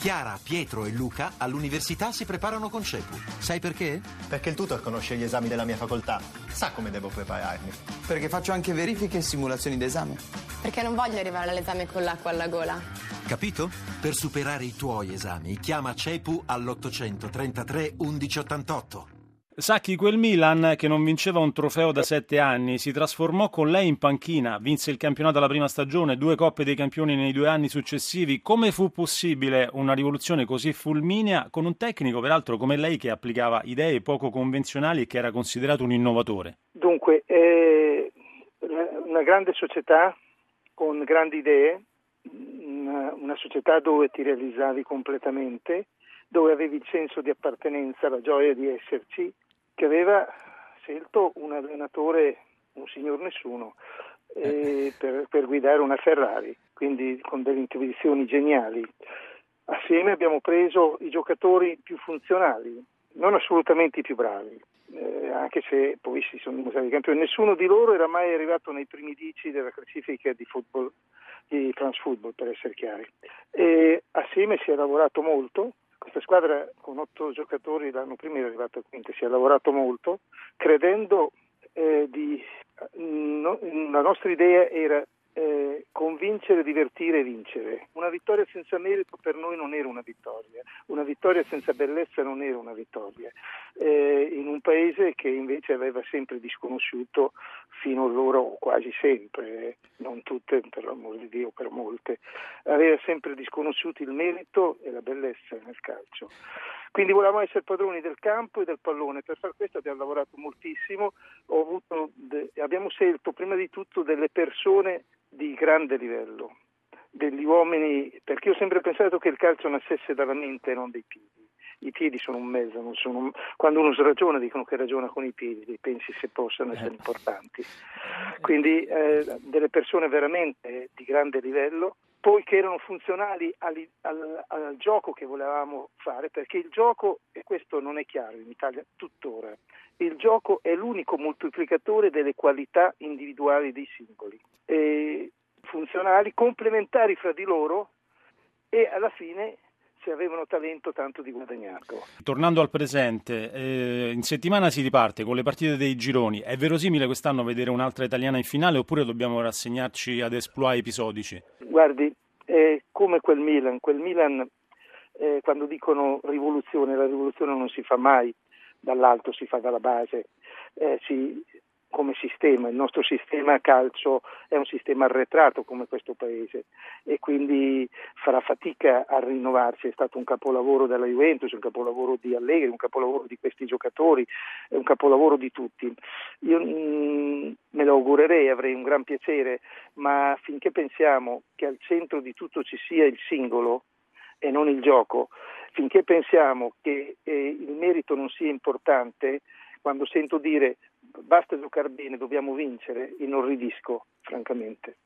Chiara, Pietro e Luca all'università si preparano con CEPU. Sai perché? Perché il tutor conosce gli esami della mia facoltà. Sa come devo prepararmi. Perché faccio anche verifiche e simulazioni d'esame. Perché non voglio arrivare all'esame con l'acqua alla gola. Capito? Per superare i tuoi esami, chiama CEPU all'833 1188. Sacchi, quel Milan che non vinceva un trofeo da 7 anni si trasformò con lei in panchina, vinse il campionato alla prima stagione, 2 Coppe dei Campioni nei 2 anni successivi. Come fu possibile una rivoluzione così fulminea con un tecnico peraltro come lei che applicava idee poco convenzionali e che era considerato un innovatore? Dunque, una grande società con grandi idee, una società dove ti realizzavi completamente, dove avevi il senso di appartenenza, la gioia di esserci, che aveva scelto un allenatore, un signor nessuno, per guidare una Ferrari, quindi con delle intuizioni geniali. Assieme abbiamo preso i giocatori più funzionali, non assolutamente i più bravi, anche se poi si sono dimostrati campioni. Nessuno di loro era mai arrivato nei primi 10 della classifica di football, di France Football, per essere chiari. E assieme si è lavorato molto. Questa squadra con 8 giocatori l'anno prima era arrivata a quinta, si è lavorato molto, credendo la nostra idea era convincere, divertire e vincere. Una vittoria senza merito per noi non era una vittoria senza bellezza non era una vittoria, in un paese che invece aveva sempre disconosciuto fino allora, quasi sempre, non tutte per l'amor di Dio, per molte, aveva sempre disconosciuto il merito e la bellezza nel calcio. Quindi volevamo essere padroni del campo e del pallone. Per far questo abbiamo lavorato moltissimo, abbiamo scelto prima di tutto delle persone di grande livello, degli uomini, perché io ho sempre pensato che il calcio nascesse dalla mente e non dai piedi. I piedi sono un mezzo, quando uno ragiona dicono che ragiona con i piedi, pensi se possano essere importanti. Quindi delle persone veramente di grande livello, poi che erano funzionali al gioco che volevamo fare, perché il gioco, e questo non è chiaro in Italia tuttora, il gioco è l'unico moltiplicatore delle qualità individuali dei singoli, funzionali, complementari fra di loro, e alla fine, se avevano talento, tanto di guadagnato. Tornando al presente, in settimana si riparte con le partite dei gironi. È verosimile quest'anno vedere un'altra italiana in finale oppure dobbiamo rassegnarci ad exploit episodici? Guardi, come quel Milan, quando dicono rivoluzione, la rivoluzione non si fa mai dall'alto, si fa dalla base, come sistema. Il nostro sistema calcio è un sistema arretrato come questo paese e quindi farà fatica a rinnovarsi. È stato un capolavoro della Juventus, un capolavoro di Allegri, un capolavoro di questi giocatori, è un capolavoro di tutti. Io me lo augurerei, avrei un gran piacere, ma finché pensiamo che al centro di tutto ci sia il singolo e non il gioco, finché pensiamo che il merito non sia importante, quando sento dire basta giocare bene, dobbiamo vincere, inorridisco, francamente.